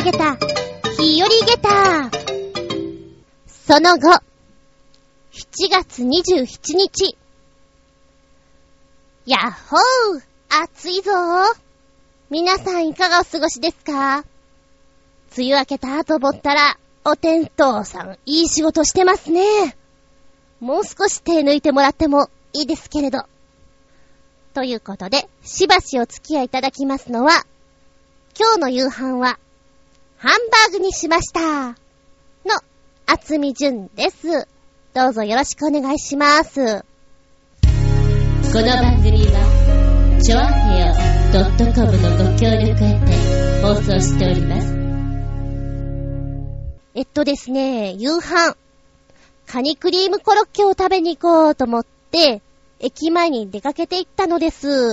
げた日和げた。その後7月27日、やっほー、暑いぞー。皆さんいかがお過ごしですか？梅雨明けたと思ったらお天道さんいい仕事してますね。もう少し手抜いてもらってもいいですけれど。ということで、しばしお付き合いいただきますのは、今日の夕飯はハンバーグにしましたの厚み純です。どうぞよろしくお願いします。この番組はちょあへよ .com のご協力へて放送しております。ですね、夕飯カニクリームコロッケを食べに行こうと思って駅前に出かけて行ったのです。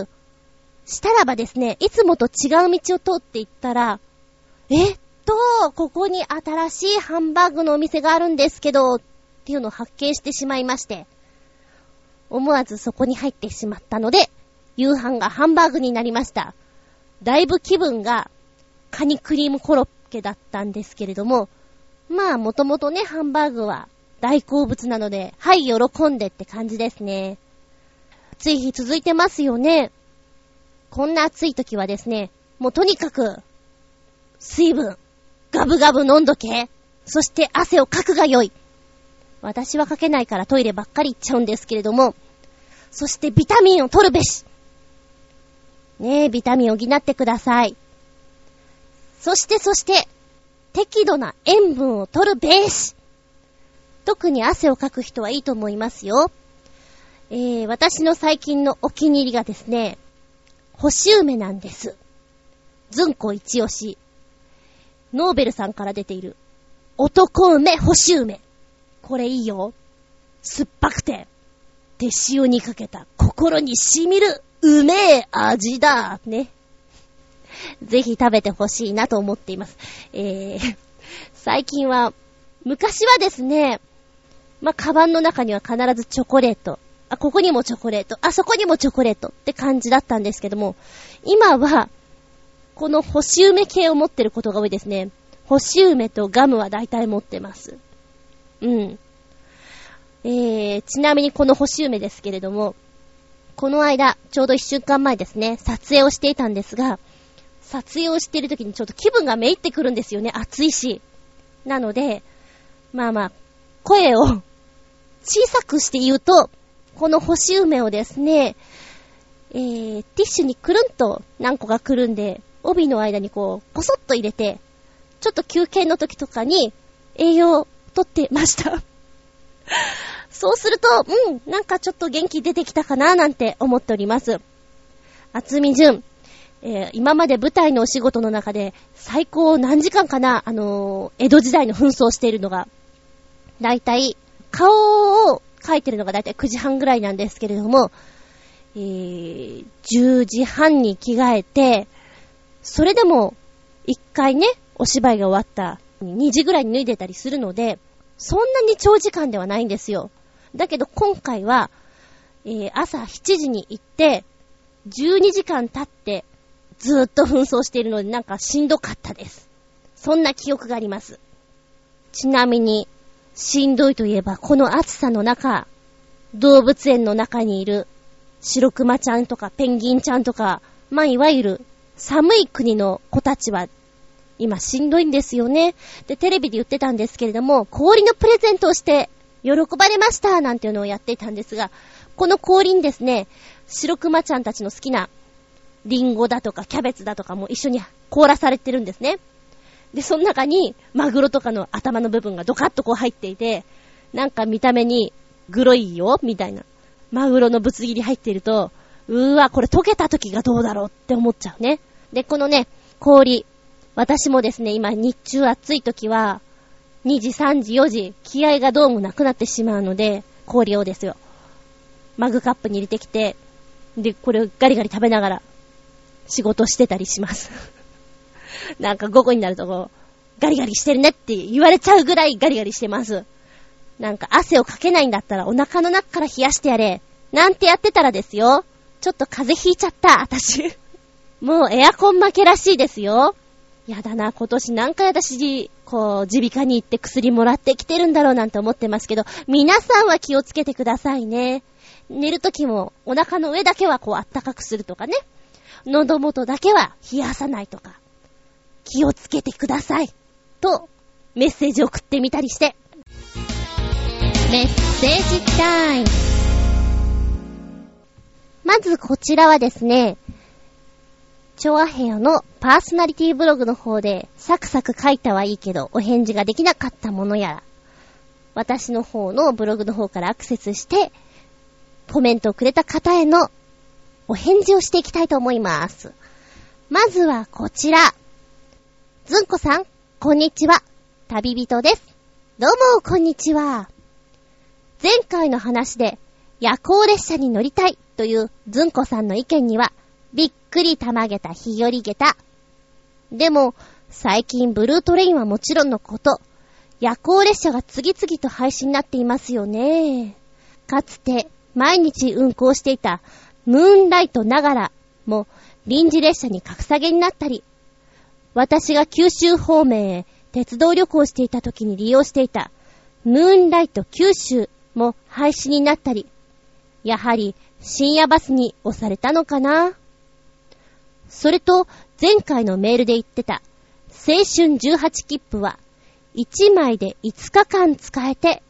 したらばですね、いつもと違う道を通って行ったら、ここに新しいハンバーグのお店があるんですけどっていうのを発見してしまいまして、思わずそこに入ってしまったので、夕飯がハンバーグになりました。だいぶ気分がカニクリームコロッケだったんですけれども、まあもともとね、ハンバーグは大好物なので、はい、喜んでって感じですね。暑い日続いてますよね。こんな暑い時はですね、もうとにかく水分ガブガブ飲んどけ。そして汗をかくが良い。私はかけないからトイレばっかり行っちゃうんですけれども、そしてビタミンを取るべし。ねえ、ビタミンを補ってください。そして適度な塩分を取るべし。特に汗をかく人はいいと思いますよ。私の最近のお気に入りがですね、干し梅なんです。ずんこ一押し。ノーベルさんから出ている男梅干し梅。これいいよ。酸っぱくて手塩にかけた心に染みるうめえ味だね。ぜひ食べてほしいなと思っています。最近は、昔はですね、カバンの中には必ずチョコレート、ここにもチョコレート、そこにもチョコレートって感じだったんですけども、今はこの干し梅系を持ってることが多いですね。干し梅とガムは大体持ってます。ちなみにこの干し梅ですけれども、この間ちょうど1週間前ですね、撮影をしていたんですが、撮影をしている時にちょっと気分がめいってくるんですよね。暑いし。なので、声を小さくして言うと、この干し梅をですね、ティッシュにくるんと何個かくるんで、帯の間にこう、ポソッと入れて、ちょっと休憩の時とかに栄養をとってました。そうすると、なんかちょっと元気出てきたかななんて思っております。厚み純。今まで舞台のお仕事の中で最高何時間かな、江戸時代の紛争をしているのが、だいたい顔を描いてるのがだいたい9時半ぐらいなんですけれども、10時半に着替えて、それでも一回ね、お芝居が終わった2時ぐらいに脱いでたりするので、そんなに長時間ではないんですよ。だけど今回は、朝7時に行って12時間経ってずーっと紛争しているので、なんかしんどかったです。そんな記憶があります。ちなみにしんどいといえば、この暑さの中、動物園の中にいる白熊ちゃんとかペンギンちゃんとか、いわゆる寒い国の子たちは今しんどいんですよね。で、テレビで言ってたんですけれども、氷のプレゼントをして喜ばれましたなんていうのをやっていたんですが、この氷にですね、白熊ちゃんたちの好きなリンゴだとかキャベツだとかも一緒に凍らされてるんですね。で、その中にマグロとかの頭の部分がドカッとこう入っていて、なんか見た目にグロいよみたいなマグロのぶつ切り入っていると、これ溶けた時がどうだろうって思っちゃうね。で、このね、氷、私もですね、今日中暑い時は2時3時4時気合がどうもなくなってしまうので、氷をですよ、マグカップに入れてきて、で、これをガリガリ食べながら仕事してたりしますなんか午後になるとこうガリガリしてるねって言われちゃうぐらいガリガリしてます。なんか汗をかけないんだったらお腹の中から冷やしてやれなんてやってたらですよ、ちょっと風邪ひいちゃった私もうエアコン負けらしいですよ。 やだな、今年何回私、耳鼻科に行って薬もらってきてるんだろうなんて思ってますけど、皆さんは気をつけてくださいね。寝るときもお腹の上だけはあったかくするとかね。喉元だけは冷やさないとか。気をつけてください。と、メッセージを送ってみたりして。メッセージタイム。まずこちらはですね、チョアヘヨのパーソナリティブログの方でサクサク書いたはいいけどお返事ができなかったものやら、私の方のブログの方からアクセスしてコメントをくれた方へのお返事をしていきたいと思います。まずはこちら。ずんこさん、こんにちは。旅人です。どうも、こんにちは。前回の話で夜行列車に乗りたいというずんこさんの意見にはびっくりたまげた日和げた。でも、最近ブルートレインはもちろんのこと、夜行列車が次々と廃止になっていますよね。かつて、毎日運行していたムーンライトながらも臨時列車に格下げになったり、私が九州方面へ鉄道旅行していた時に利用していたムーンライト九州も廃止になったり、やはり深夜バスに押されたのかな。それと前回のメールで言ってた青春18切符は1枚で5日間使えて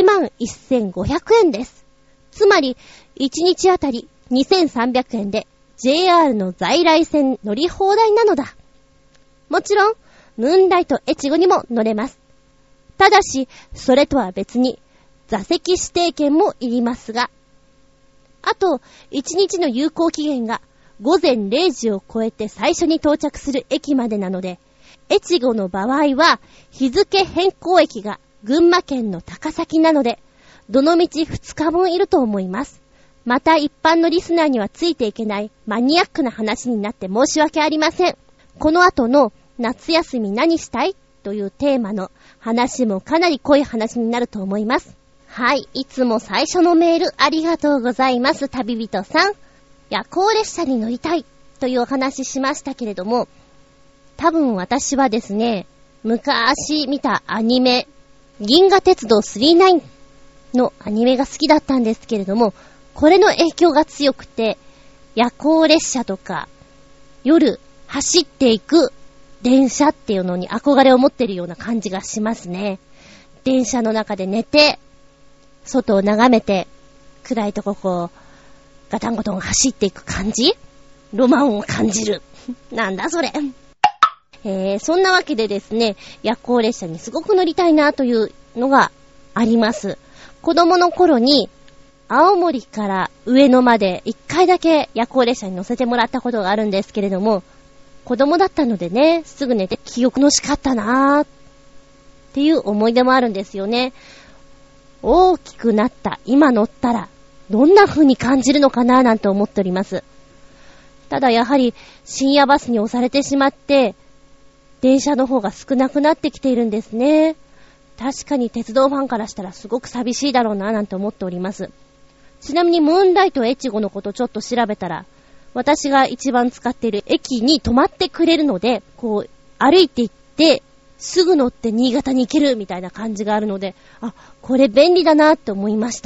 11,500 円です。つまり1日あたり2300円で JR の在来線乗り放題なのだ。もちろんムーンライト越後にも乗れます。ただしそれとは別に座席指定券もいりますが、あと1日の有効期限が午前0時を超えて最初に到着する駅までなので、越後の場合は日付変更駅が群馬県の高崎なので、どのみち2日分いると思います。また一般のリスナーにはついていけないマニアックな話になって申し訳ありません。この後の夏休み何したいというテーマの話もかなり濃い話になると思います。はい、いつも最初のメールありがとうございます。旅人さん。夜行列車に乗りたいというお話しましたけれども、多分私はですね、昔見たアニメ、銀河鉄道999のアニメが好きだったんですけれども、これの影響が強くて、夜行列車とか、夜走っていく電車っていうのに憧れを持ってるような感じがしますね。電車の中で寝て、外を眺めて、暗いとこガタンゴトン走っていく感じ？ロマンを感じる。なんだそれ。そんなわけでですね、夜行列車にすごく乗りたいなというのがあります。子供の頃に、青森から上野まで1回だけ夜行列車に乗せてもらったことがあるんですけれども、子供だったのでね、すぐ寝て記憶のしかったなーっていう思い出もあるんですよね。大きくなった今乗ったら、どんな風に感じるのかななんて思っております。ただやはり深夜バスに押されてしまって電車の方が少なくなってきているんですね。確かに鉄道ファンからしたらすごく寂しいだろうななんて思っております。ちなみにムーンライト越後のことちょっと調べたら、私が一番使っている駅に止まってくれるので、歩いて行ってすぐ乗って新潟に行けるみたいな感じがあるので、これ便利だなって思いました。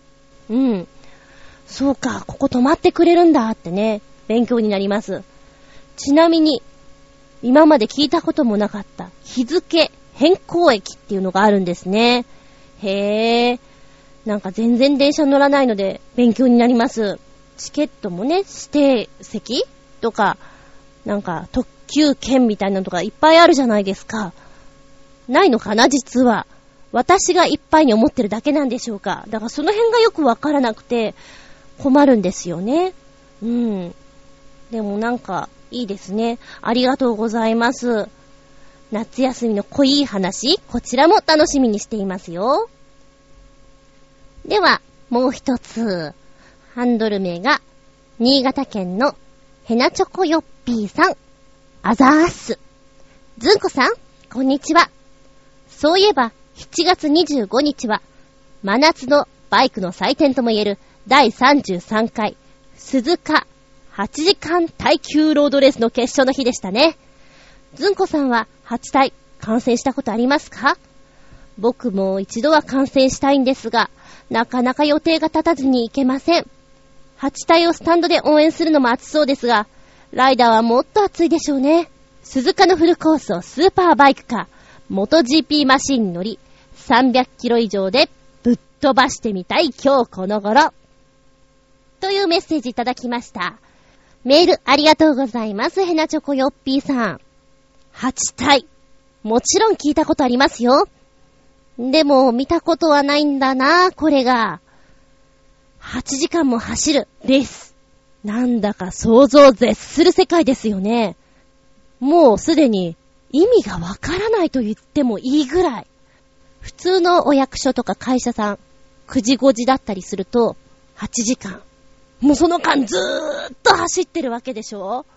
そうか、ここ止まってくれるんだってね、勉強になります。ちなみに、今まで聞いたこともなかった日付変更駅っていうのがあるんですね。へー。なんか全然電車乗らないので勉強になります。チケットもね、指定席とか、なんか特急券みたいなのとかいっぱいあるじゃないですか。ないのかな、実は。私がいっぱいに思ってるだけなんでしょうか。だからその辺がよくわからなくて困るんですよね。でもなんかいいですね。ありがとうございます。夏休みの濃い話、こちらも楽しみにしていますよ。ではもう一つ、ハンドル名が新潟県のヘナチョコヨッピーさん。あざーす。ずんこさん、こんにちは。そういえば7月25日は真夏のバイクの祭典とも言える第33回鈴鹿8時間耐久ロードレースの決勝の日でしたね。 ずんこさんは8体観戦したことありますか？僕も一度は観戦したいんですが、なかなか予定が立たずに行けません。8体をスタンドで応援するのも暑そうですが、ライダーはもっと暑いでしょうね。鈴鹿のフルコースをスーパーバイクか、元 GP マシンに乗り、300キロ以上でぶっ飛ばしてみたい今日この頃。というメッセージいただきました。メールありがとうございます。ヘナチョコヨッピーさん。8体。もちろん聞いたことありますよ。でも見たことはないんだな、これが。8時間も走るレース。なんだか想像を絶する世界ですよね。もうすでに意味がわからないと言ってもいいぐらい。普通のお役所とか会社さん、9時5時だったりすると、8時間。もうその間ずーっと走ってるわけでしょ？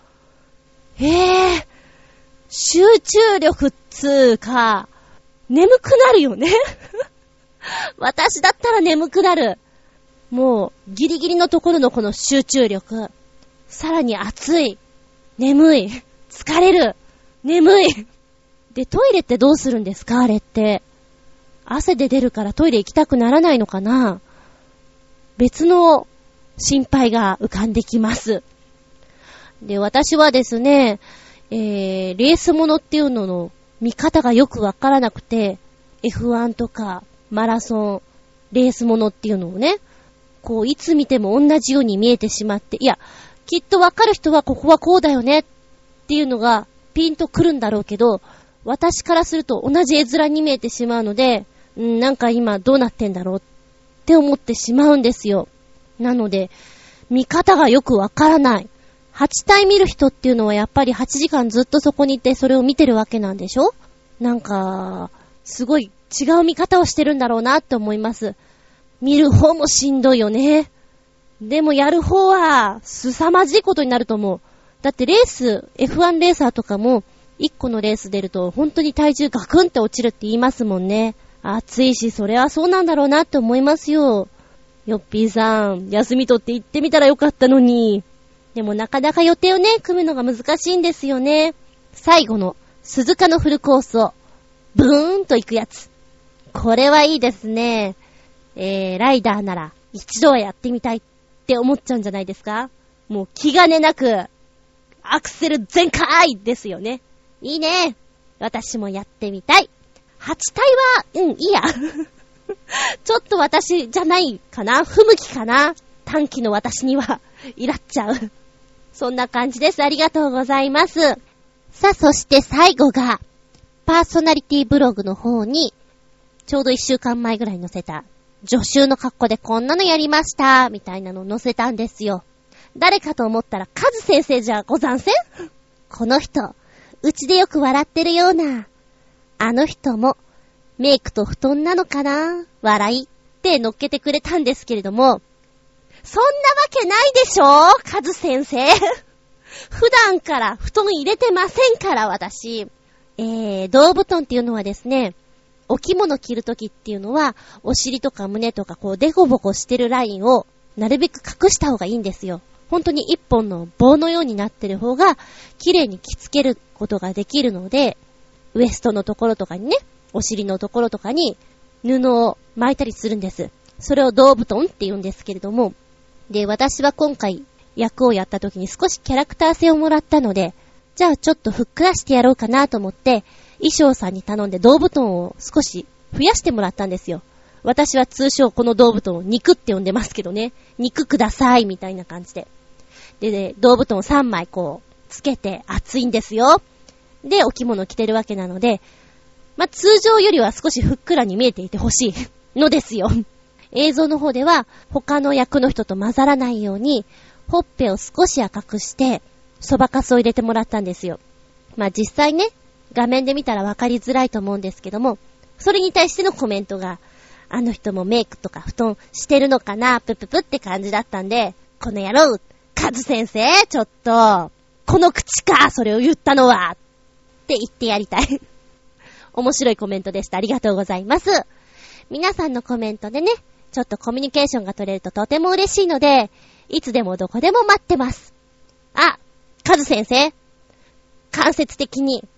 集中力っつーか、眠くなるよね。私だったら眠くなる。もうギリギリのところのこの集中力。さらに暑い。眠い。疲れる。眠い。で、トイレってどうするんですか？あれって。汗で出るからトイレ行きたくならないのかな？別の心配が浮かんできます。で、私はですね、レースものっていうのの見方がよくわからなくて、F1 とかマラソン、レースものっていうのをね、こういつ見ても同じように見えてしまって、いや、きっとわかる人はここはこうだよねっていうのがピンとくるんだろうけど、私からすると同じ絵面に見えてしまうので、なんか今どうなってんだろうって思ってしまうんですよ。なので、見方がよくわからない。8体見る人っていうのはやっぱり8時間ずっとそこにいてそれを見てるわけなんでしょ？なんか、すごい違う見方をしてるんだろうなって思います。見る方もしんどいよね。でもやる方は凄まじいことになると思う。だってレース、F1 レーサーとかも1個のレース出ると本当に体重ガクンって落ちるって言いますもんね。暑いしそれはそうなんだろうなって思いますよ。ヨッピーさん、休み取って行ってみたらよかったのに。でもなかなか予定をね、組むのが難しいんですよね。最後の鈴鹿のフルコースをブーンと行くやつ。これはいいですね。ライダーなら一度はやってみたいって思っちゃうんじゃないですか？もう気兼ねなくアクセル全開ですよね。いいね。私もやってみたい。8体はいいや。ちょっと私じゃないかな、不向きかな。短期の私にはイラっちゃう。そんな感じです。ありがとうございます。さあ、そして最後がパーソナリティブログの方にちょうど1週間前ぐらい載せた助手の格好でこんなのやりましたみたいなのを載せたんですよ。誰かと思ったらカズ先生じゃござんせん？この人、うちでよく笑ってるようなあの人もメイクと布団なのかな、笑いって乗っけてくれたんですけれども、そんなわけないでしょカズ先生。普段から布団入れてませんから私。胴布団っていうのはですね、お着物着るときっていうのはお尻とか胸とかこうデコボコしてるラインをなるべく隠した方がいいんですよ。本当に一本の棒のようになってる方が綺麗に着付けることができるので、ウエストのところとかにね、お尻のところとかに布を巻いたりするんです。それを胴布団って言うんですけれども、で、私は今回役をやった時に少しキャラクター性をもらったので、じゃあちょっとふっくらしてやろうかなと思って衣装さんに頼んで胴布団を少し増やしてもらったんですよ。私は通称この胴布団を肉って呼んでますけどね、肉くださいみたいな感じで。で、胴布団を3枚こうつけて暑いんですよ。で、お着物着てるわけなので、通常よりは少しふっくらに見えていてほしいのですよ。映像の方では他の役の人と混ざらないようにほっぺを少し赤くしてそばかすを入れてもらったんですよ。実際ね、画面で見たらわかりづらいと思うんですけども、それに対してのコメントが、あの人もメイクとか布団してるのかな、プププって感じだったんで、この野郎、カズ先生、ちょっと、この口か、それを言ったのはって言ってやりたい。面白いコメントでした。ありがとうございます。皆さんのコメントでね、ちょっとコミュニケーションが取れるととても嬉しいので、いつでもどこでも待ってます。あ、カズ先生、間接的に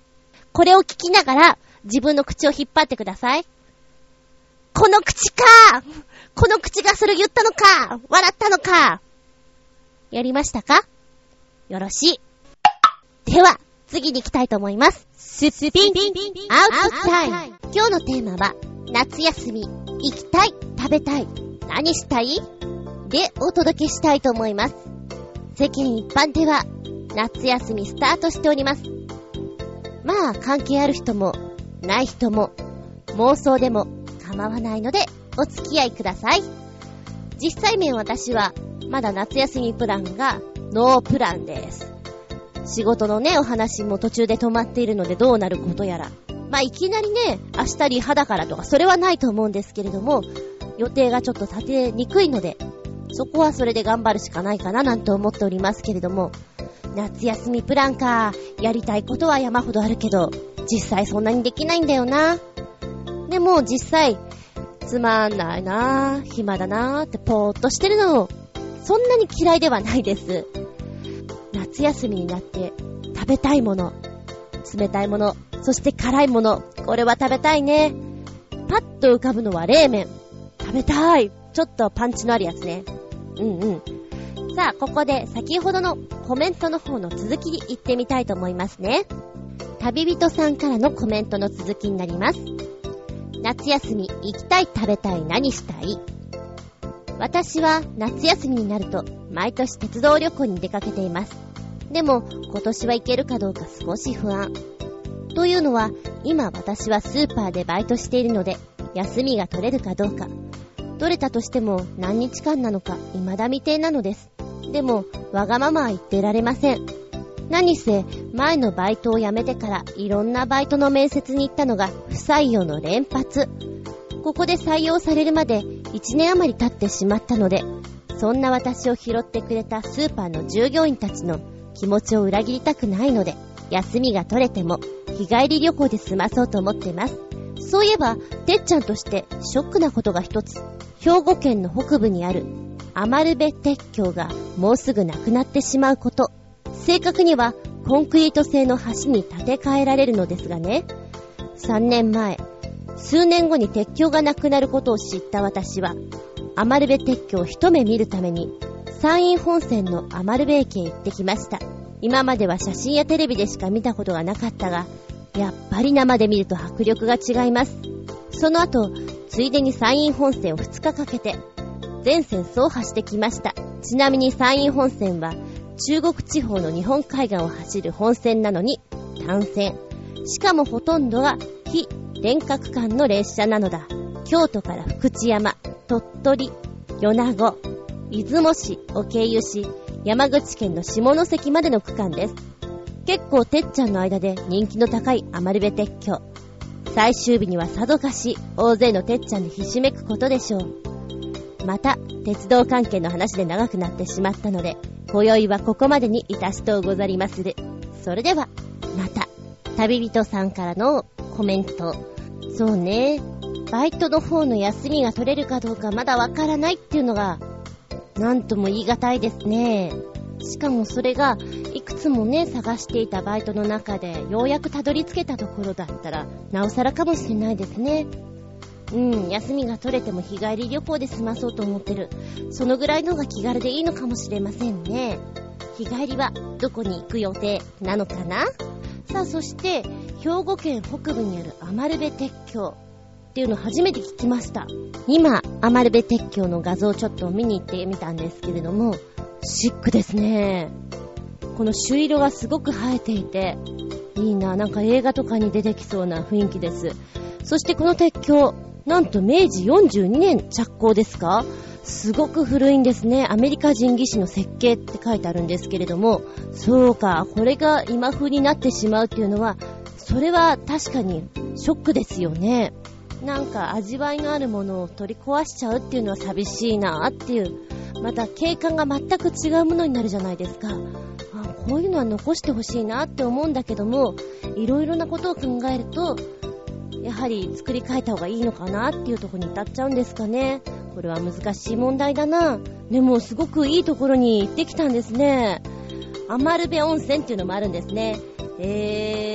これを聞きながら自分の口を引っ張ってください。この口か、この口がそれ言ったのか、笑ったのか。やりましたか？よろしい。では次に行きたいと思います。すっぴんアウトタイム。今日のテーマは夏休み行きたい、食べたい、何したいでお届けしたいと思います。世間一般では夏休みスタートしております。まあ関係ある人もない人も妄想でも構わないのでお付き合いください。実際面私はまだ夏休みプランがノープランです。仕事のねお話も途中で止まっているのでどうなることやら、まあいきなりね明日リハだからとかそれはないと思うんですけれども、予定がちょっと立てにくいのでそこはそれで頑張るしかないかななんて思っておりますけれども、夏休みプランか、やりたいことは山ほどあるけど実際そんなにできないんだよな。でも実際つまんないな、暇だなってぽーっとしてるのそんなに嫌いではないです。夏休みになって食べたいもの、冷たいもの、そして辛いもの、これは食べたいね。パッと浮かぶのは冷麺、食べたい。ちょっとパンチのあるやつね。さあここで先ほどのコメントの方の続きに行ってみたいと思いますね。旅人さんからのコメントの続きになります。夏休み行きたい、食べたい、何したい。私は夏休みになると毎年鉄道旅行に出かけています。でも今年は行けるかどうか少し不安。というのは今私はスーパーでバイトしているので休みが取れるかどうか、取れたとしても何日間なのか未だ未定なのです。でもわがままは言ってられません。何せ前のバイトを辞めてからいろんなバイトの面接に行ったのが不採用の連発。ここで採用されるまで1年余り経ってしまったので、そんな私を拾ってくれたスーパーの従業員たちの気持ちを裏切りたくないので、休みが取れても日帰り旅行で済まそうと思っています。そういえばてっちゃんとしてショックなことが一つ。兵庫県の北部にある余部鉄橋がもうすぐなくなってしまうこと。正確にはコンクリート製の橋に建て替えられるのですがね、3年前数年後に鉄橋がなくなることを知った私は余部鉄橋を一目見るために山陰本線の余部駅へ行ってきました。今までは写真やテレビでしか見たことがなかったが、やっぱり生で見ると迫力が違います。その後ついでに山陰本線を2日かけて全線走破してきました。ちなみに山陰本線は中国地方の日本海岸を走る本線なのに単線。しかもほとんどが非連絡間の列車なのだ。京都から福知山、鳥取、米子、出雲市を経由し、山口県の下関までの区間です。結構てっちゃんの間で人気の高い余部鉄橋。最終日にはさぞかし大勢のてっちゃんでひしめくことでしょう。また鉄道関係の話で長くなってしまったので、今宵はここまでにいたしとうござりまする。それではまた。旅人さんからのコメント。そうね、バイトの方の休みが取れるかどうかまだわからないっていうのがなんとも言い難いですね。しかもそれがいくつもね探していたバイトの中でようやくたどり着けたところだったらなおさらかもしれないですね。休みが取れても日帰り旅行で済まそうと思ってる。そのぐらいのが気軽でいいのかもしれませんね。日帰りはどこに行く予定なのかな。さあそして兵庫県北部にある余部鉄橋っていうのを初めて聞きました。今余部鉄橋の画像をちょっと見に行ってみたんですけれども、シックですね。この朱色がすごく映えていていいな、なんか映画とかに出てきそうな雰囲気です。そしてこの鉄橋なんと明治42年着工ですか。すごく古いんですね。アメリカ人技師の設計って書いてあるんですけれども、そうか、これが今風になってしまうっていうのは、それは確かにショックですよね。なんか味わいのあるものを取り壊しちゃうっていうのは寂しいなっていう。また景観が全く違うものになるじゃないですか。こういうのは残してほしいなって思うんだけども、いろいろなことを考えるとやはり作り変えた方がいいのかなっていうところに至っちゃうんですかね。これは難しい問題だな。でもすごくいいところに行ってきたんですね。余部温泉っていうのもあるんですね。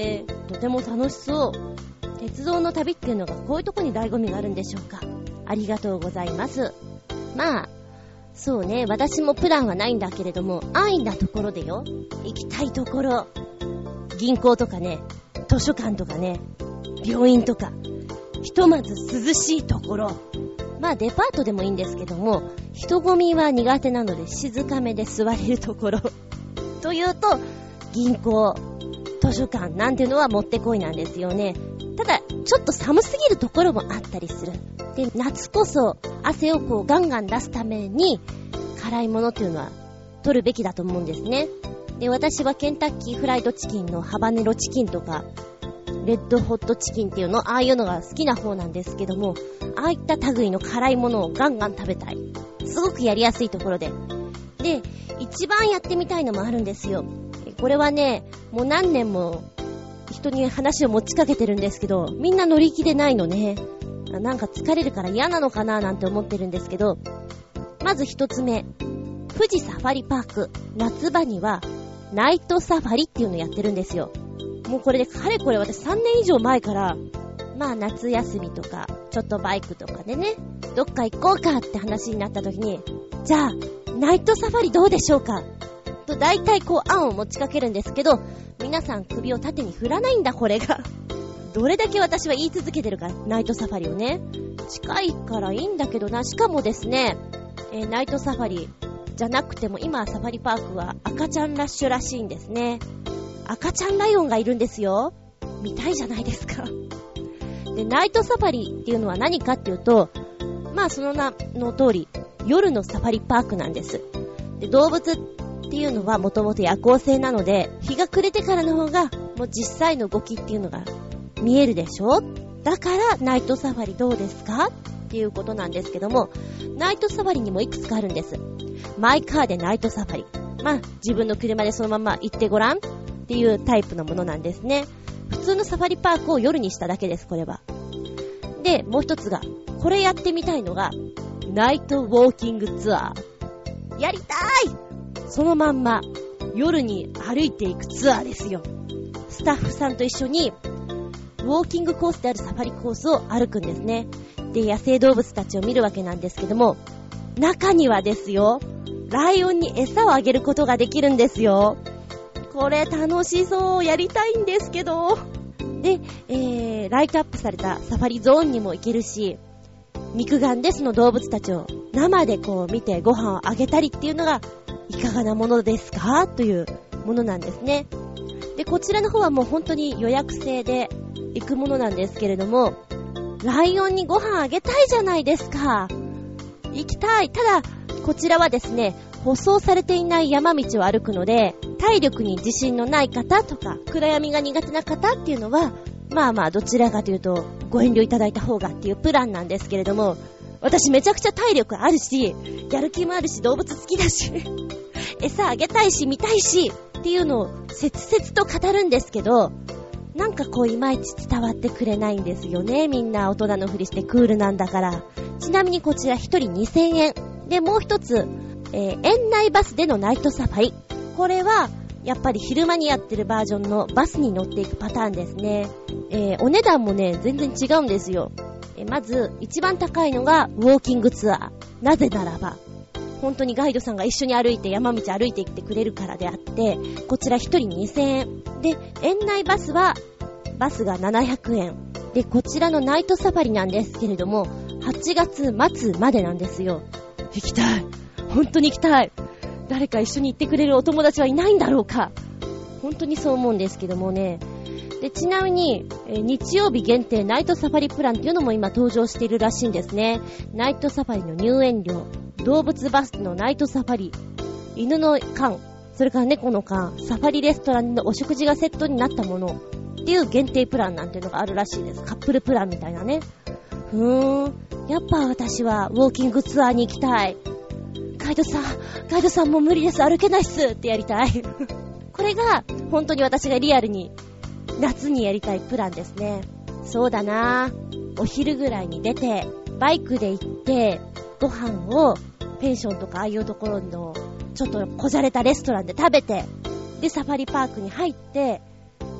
とても楽しそう。鉄道の旅っていうのがこういうとこに醍醐味があるんでしょうか。ありがとうございます。まあそうね、私もプランはないんだけれども、安易なところでよ、行きたいところ、銀行とかね、図書館とかね、病院とか、ひとまず涼しいところ、まあデパートでもいいんですけども、人混みは苦手なので静かめで座れるところというと、銀行、図書館なんていうのはもってこいなんですよね。ただちょっと寒すぎるところもあったりする。で、夏こそ汗をこうガンガン出すために辛いものっていうのは取るべきだと思うんですね。で、私はケンタッキーフライドチキンのハバネロチキンとかレッドホットチキンっていうの、ああいうのが好きな方なんですけども、ああいった類の辛いものをガンガン食べたい。すごくやりやすいところで。で、一番やってみたいのもあるんですよ。これはね、もう何年も人に話を持ちかけてるんですけど、みんな乗り気でないのね。なんか疲れるから嫌なのかななんて思ってるんですけど、まず一つ目、富士サファリパーク、夏場にはナイトサファリっていうのをやってるんですよ。もうこれでかれこれ私3年以上前から、まあ夏休みとかちょっとバイクとかでね、どっか行こうかって話になった時に、じゃあナイトサファリどうでしょうかと大体こう案を持ちかけるんですけど、皆さん首を縦に振らないんだ。これがどれだけ私は言い続けてるか、ナイトサファリをね。近いからいいんだけどな。しかもですね、ナイトサファリじゃなくても今サファリパークは赤ちゃんラッシュらしいんですね。赤ちゃんライオンがいるんですよ。見たいじゃないですか。で、ナイトサファリっていうのは何かっていうと、まあその名の通り夜のサファリパークなんです。で、動物っていうのはもともと夜行性なので、日が暮れてからの方がもう実際の動きっていうのが見えるでしょ。だからナイトサファリどうですかっていうことなんですけども、ナイトサファリにもいくつかあるんです。マイカーでナイトサファリ、まあ自分の車でそのまま行ってごらんっていうタイプのものなんですね。普通のサファリパークを夜にしただけです、これは。で、もう一つが、これやってみたいのがナイトウォーキングツアー。やりたい。そのまんま夜に歩いていくツアーですよ。スタッフさんと一緒にウォーキングコースであるサファリコースを歩くんですね。で、野生動物たちを見るわけなんですけども、中にはですよ、ライオンに餌をあげることができるんですよ。これ楽しそう。やりたいんですけど。で、ライトアップされたサファリゾーンにも行けるし、肉眼でその動物たちを生でこう見てご飯をあげたりっていうのがいかがなものですかというものなんですね。で、こちらの方はもう本当に予約制で行くものなんですけれども、ライオンにご飯あげたいじゃないですか。行きたい。ただこちらはですね、舗装されていない山道を歩くので、体力に自信のない方とか暗闇が苦手な方っていうのは、まあまあどちらかというとご遠慮いただいた方がっていうプランなんですけれども、私めちゃくちゃ体力あるし、やる気もあるし、動物好きだし餌あげたいし見たいしっていうのを切々と語るんですけど、なんかこういまいち伝わってくれないんですよね。みんな大人のふりしてクールなんだから。ちなみにこちら1人2000円で、もう一つ、園内バスでのナイトサファリ、これはやっぱり昼間にやってるバージョンのバスに乗っていくパターンですね。お値段もね全然違うんですよ。まず一番高いのがウォーキングツアー。なぜならば本当にガイドさんが一緒に歩いて山道歩いていってくれるからであって、こちら1人2000円で、園内バスはバスが700円で、こちらのナイトサファリなんですけれども8月末までなんですよ。行きたい。本当に行きたい。誰か一緒に行ってくれるお友達はいないんだろうか。本当にそう思うんですけどもね。で、ちなみに、日曜日限定ナイトサファリプランっていうのも今登場しているらしいんですね。ナイトサファリの入園料、動物バスのナイトサファリ、犬の缶、それから猫の缶、サファリレストランのお食事がセットになったものっていう限定プランなんていうのがあるらしいです。カップルプランみたいなね。やっぱ私はウォーキングツアーに行きたい。ガイドさんもう無理です、歩けないっすってやりたいこれが本当に私がリアルに夏にやりたいプランですね。そうだな、お昼ぐらいに出てバイクで行ってご飯をペンションとかああいうところのちょっとこじゃれたレストランで食べて、でサファリパークに入って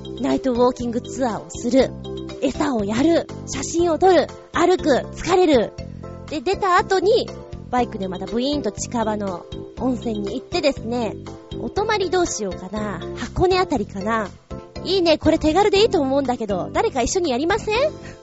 ナイトウォーキングツアーをする、餌をやる、写真を撮る、歩く、疲れる。で、出た後に、バイクでまたブイーンと近場の温泉に行ってですね、お泊まりどうしようかな、箱根あたりかな。いいね、これ手軽でいいと思うんだけど、誰か一緒にやりません？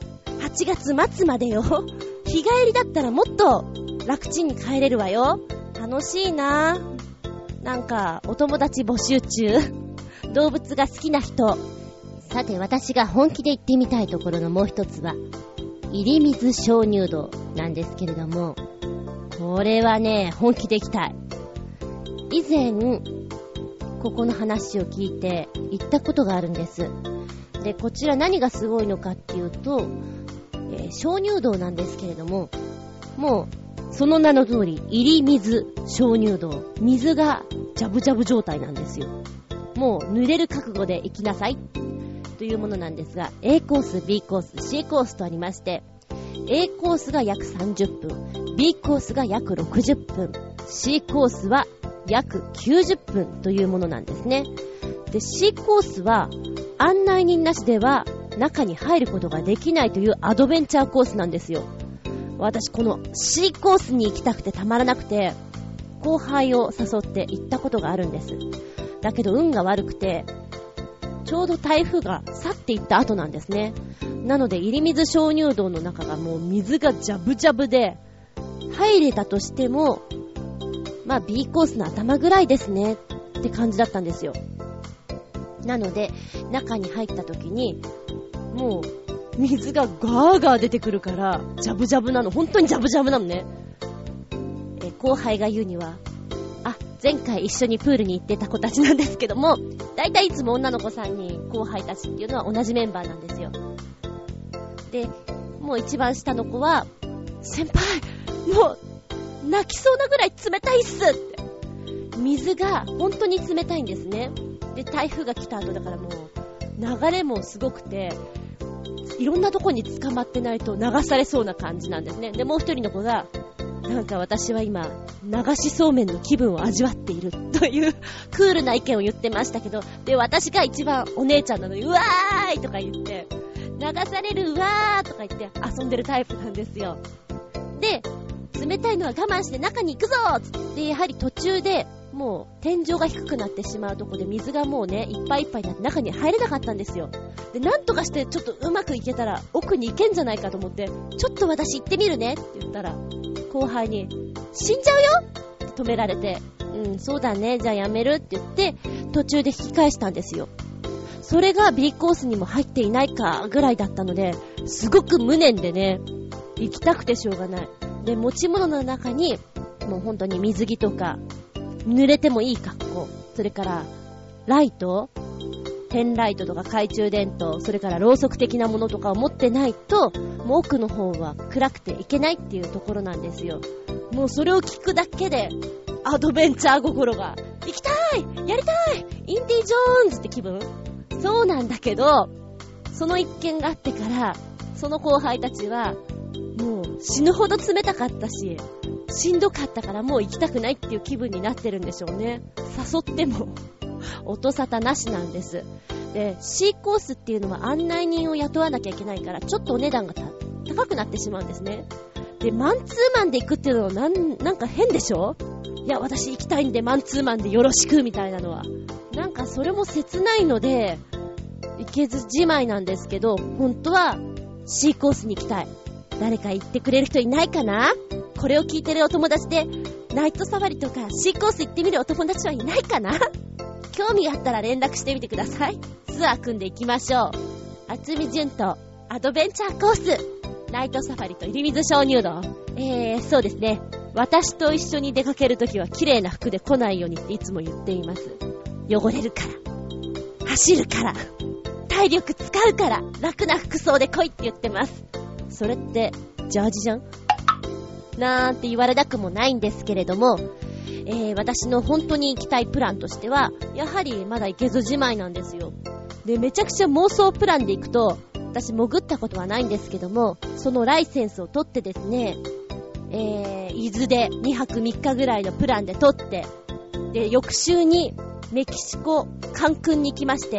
8 月末までよ。日帰りだったらもっと楽ちんに帰れるわよ。楽しいな。なんかお友達募集中。動物が好きな人。さて、私が本気で行ってみたいところのもう一つは入水鍾乳洞なんですけれども、これはね、本気で行きたい。以前ここの話を聞いて行ったことがあるんです。で、こちら何がすごいのかっていうと、鍾乳洞なんですけれども、もうその名の通り入水鍾乳洞、水がジャブジャブ状態なんですよ。もう濡れる覚悟で行きなさいというものなんですが、 A コース B コース C コースとありまして、 A コースが約30分、 B コースが約60分、 C コースは約90分というものなんですね。で、 C コースは案内人なしでは中に入ることができないというアドベンチャーコースなんですよ。私この C コースに行きたくてたまらなくて、後輩を誘って行ったことがあるんです。だけど運が悪くて、ちょうど台風が去っていった後なんですね。なので入水鍾乳洞の中がもう水がジャブジャブで、入れたとしてもまあ B コースの頭ぐらいですねって感じだったんですよ。なので中に入った時にもう水がガーガー出てくるからジャブジャブなの、本当にジャブジャブなのね。後輩が言うには、前回一緒にプールに行ってた子たちなんですけども、だいたいいつも女の子3人、後輩たちっていうのは同じメンバーなんですよ。で、もう一番下の子は、先輩、もう泣きそうなぐらい冷たいっすって。水が本当に冷たいんですね。で、台風が来た後だからもう流れもすごくて、いろんなとこに捕まってないと流されそうな感じなんですね。で、もう一人の子が、なんか私は今流しそうめんの気分を味わっているというクールな意見を言ってましたけど、で、私が一番お姉ちゃんなのに、うわーいとか言って流される、うわーとか言って遊んでるタイプなんですよ。で、冷たいのは我慢して中に行くぞーつって、やはり途中でもう天井が低くなってしまうとこで水がもうね、いっぱいいっぱいになって中に入れなかったんですよ。で、なんとかしてちょっとうまくいけたら奥に行けんじゃないかと思って、ちょっと私行ってみるねって言ったら、後輩に死んじゃうよって止められて、そうだね、じゃあやめるって言って途中で引き返したんですよ。それが B コースにも入っていないかぐらいだったので、すごく無念でね、行きたくてしょうがない。で、持ち物の中にもう本当に水着とか濡れてもいい格好、それからライト、ペンライトとか懐中電灯、それからろうそく的なものとかを持ってないと、もう奥の方は暗くていけないっていうところなんですよ。もうそれを聞くだけでアドベンチャー心が、行きたい、やりたい、インディ・ジョーンズって気分。そうなんだけど、その一件があってからその後輩たちはもう死ぬほど冷たかったし、しんどかったからもう行きたくないっていう気分になってるんでしょうね。誘っても音沙汰なしなんです。で、 C コースっていうのは案内人を雇わなきゃいけないから、ちょっとお値段が高くなってしまうんですね。で、マンツーマンで行くっていうのはなんか変でしょ。いや、私行きたいんでマンツーマンでよろしくみたいなのは、なんかそれも切ないので行けずじまいなんですけど、本当は C コースに行きたい。誰か行ってくれる人いないかな。これを聞いてるお友達でナイトサファリとか C コース行ってみるお友達はいないかな。興味があったら連絡してみてください。ツアー組んでいきましょう。厚見純とアドベンチャーコース、ナイトサファリと入水鍾乳洞。そうですね、私と一緒に出かけるときは綺麗な服で来ないようにっていつも言っています。汚れるから、走るから、体力使うから、楽な服装で来いって言ってます。それってジャージじゃんなんて言われたくもないんですけれども、私の本当に行きたいプランとしては、やはりまだ行けずじまいなんですよ。で、めちゃくちゃ妄想プランで行くと、私潜ったことはないんですけども、そのライセンスを取ってですね、伊豆で2泊3日ぐらいのプランで取って、で、翌週にメキシコカンクンに行きまして、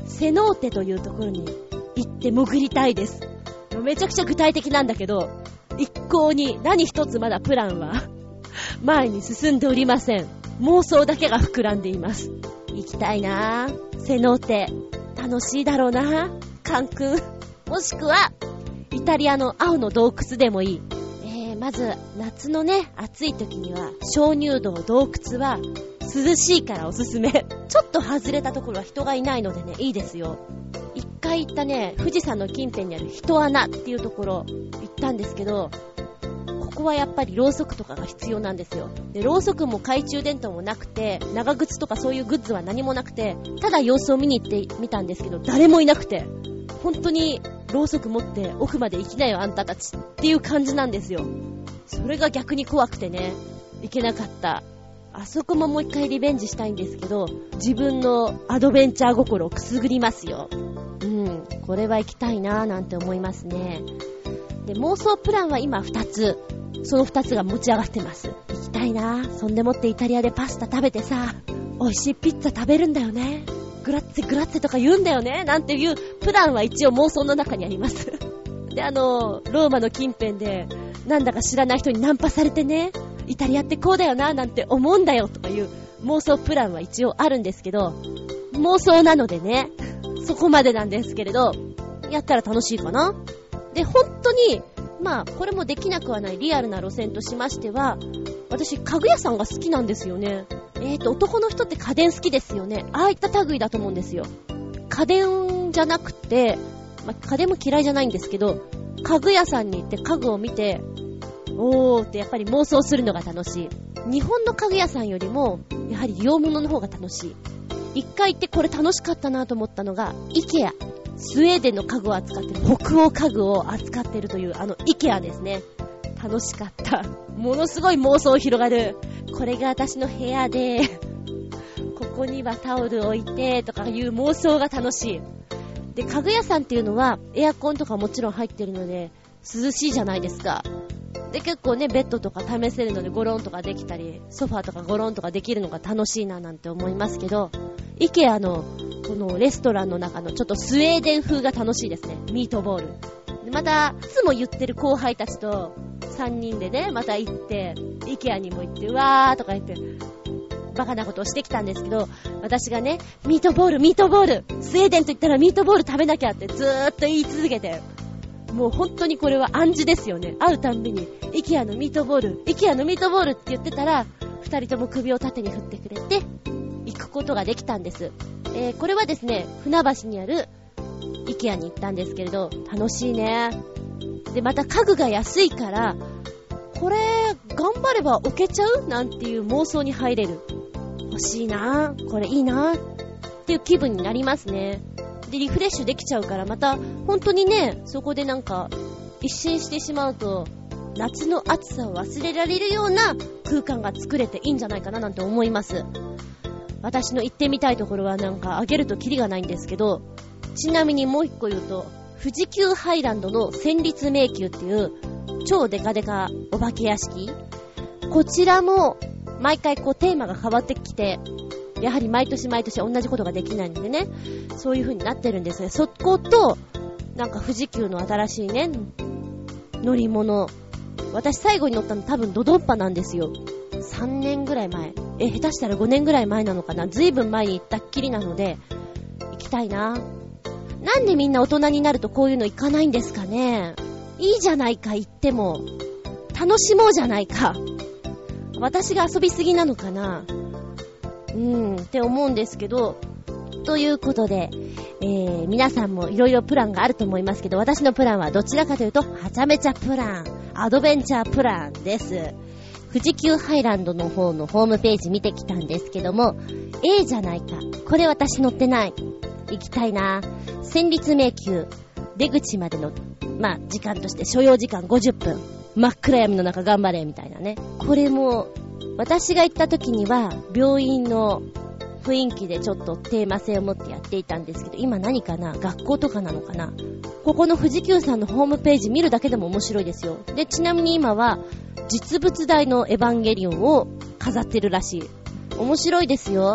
セノーテというところに行って潜りたいです。めちゃくちゃ具体的なんだけど、一向に何一つまだプランは前に進んでおりません。妄想だけが膨らんでいます。行きたいなぁ。セノーテ楽しいだろうな。カン君、もしくはイタリアの青の洞窟でもいい。まず夏のね、暑い時には鍾乳洞洞窟は涼しいからおすすめ。ちょっと外れたところは人がいないのでね、いいですよ。一回行ったね、富士山の近辺にある人穴っていうところ行ったんですけど、ここはやっぱりろうそくとかが必要なんですよ。で、ろうそくも懐中電灯もなくて、長靴とかそういうグッズは何もなくて、ただ様子を見に行ってみたんですけど、誰もいなくて、本当にろうそく持って奥まで行きなよあんたたちっていう感じなんですよ。それが逆に怖くてね、行けなかった。あそこももう一回リベンジしたいんですけど、自分のアドベンチャー心をくすぐりますよ。これは行きたいなぁなんて思いますね。で、妄想プランは今2つ。その2つが持ち上がってます。行きたいなぁ。そんでもってイタリアでパスタ食べてさ、美味しいピッツァ食べるんだよね。グラッツェグラッツェとか言うんだよね。なんていうプランは一応妄想の中にあります。で、ローマの近辺で、なんだか知らない人にナンパされてね、イタリアってこうだよななんて思うんだよとかいう妄想プランは一応あるんですけど、妄想なのでね、そこまでなんですけれど、やったら楽しいかな。で、本当にまあこれもできなくはないリアルな路線としましては、私家具屋さんが好きなんですよね。男の人って家電好きですよね。ああいった類だと思うんですよ。家電じゃなくて、家電も嫌いじゃないんですけど、家具屋さんに行って家具を見て、おーってやっぱり妄想するのが楽しい。日本の家具屋さんよりもやはり洋物の方が楽しい。一回行ってこれ楽しかったなと思ったのがイケア。スウェーデンの家具を扱ってる、北欧家具を扱ってるというイケアですね。楽しかった。ものすごい妄想広がる。これが私の部屋で、ここにはタオル置いてとかいう妄想が楽しい。で、家具屋さんっていうのはエアコンとかもちろん入ってるので涼しいじゃないですか。で、結構ね、ベッドとか試せるのでゴロンとかできたり、ソファーとかゴロンとかできるのが楽しいななんて思いますけど、イケアのこのレストランの中のちょっとスウェーデン風が楽しいですね。ミートボールで、またいつも言ってる後輩たちと3人でね、また行ってイケアにも行ってうわーとか言ってバカなことをしてきたんですけど、私がね、ミートボールスウェーデンと言ったらミートボール食べなきゃってずーっと言い続けて、もう本当にこれは暗示ですよね。会うたんびにイケアのミートボールって言ってたら、2人とも首を縦に振ってくれて行くことができたんです。これはですね、船橋にあるイケアに行ったんですけれど、楽しいね。で、また家具が安いから、これ頑張れば置けちゃうなんていう妄想に入れる。欲しいな、これいいなっていう気分になりますね。で、リフレッシュできちゃうから、また本当にね、そこでなんか一新してしまうと夏の暑さを忘れられるような空間が作れていいんじゃないかななんて思います。私の行ってみたいところはなんかあげるとキリがないんですけど、ちなみにもう一個言うと、富士急ハイランドの戦慄迷宮っていう超デカデカお化け屋敷、こちらも毎回こうテーマが変わってきて、やはり毎年同じことができないのでね、そういう風になってるんですね。そことなんか富士急の新しいね乗り物、私最後に乗ったの多分ドドンパなんですよ。3年ぐらい前、下手したら5年ぐらい前なのかな。ずいぶん前に行ったっきりなので行きたいな。なんでみんな大人になるとこういうの行かないんですかね。いいじゃないか、行っても楽しもうじゃないか。私が遊びすぎなのかな、って思うんですけど。ということで、皆さんもいろいろプランがあると思いますけど、私のプランはどちらかというとはちゃめちゃプラン、アドベンチャープランです。富士急ハイランドの方のホームページ見てきたんですけども、じゃないか、これ私乗ってない。行きたいな。戦慄迷宮、出口までの時間として所要時間50分、真っ暗闇の中頑張れみたいなね。これも私が行った時には病院の雰囲気でちょっとテーマ性を持ってやっていたんですけど、今何かな、学校とかなのかな。ここの富士急さんのホームページ見るだけでも面白いですよ。で、ちなみに今は実物大のエヴァンゲリオンを飾ってるらしい。面白いですよ。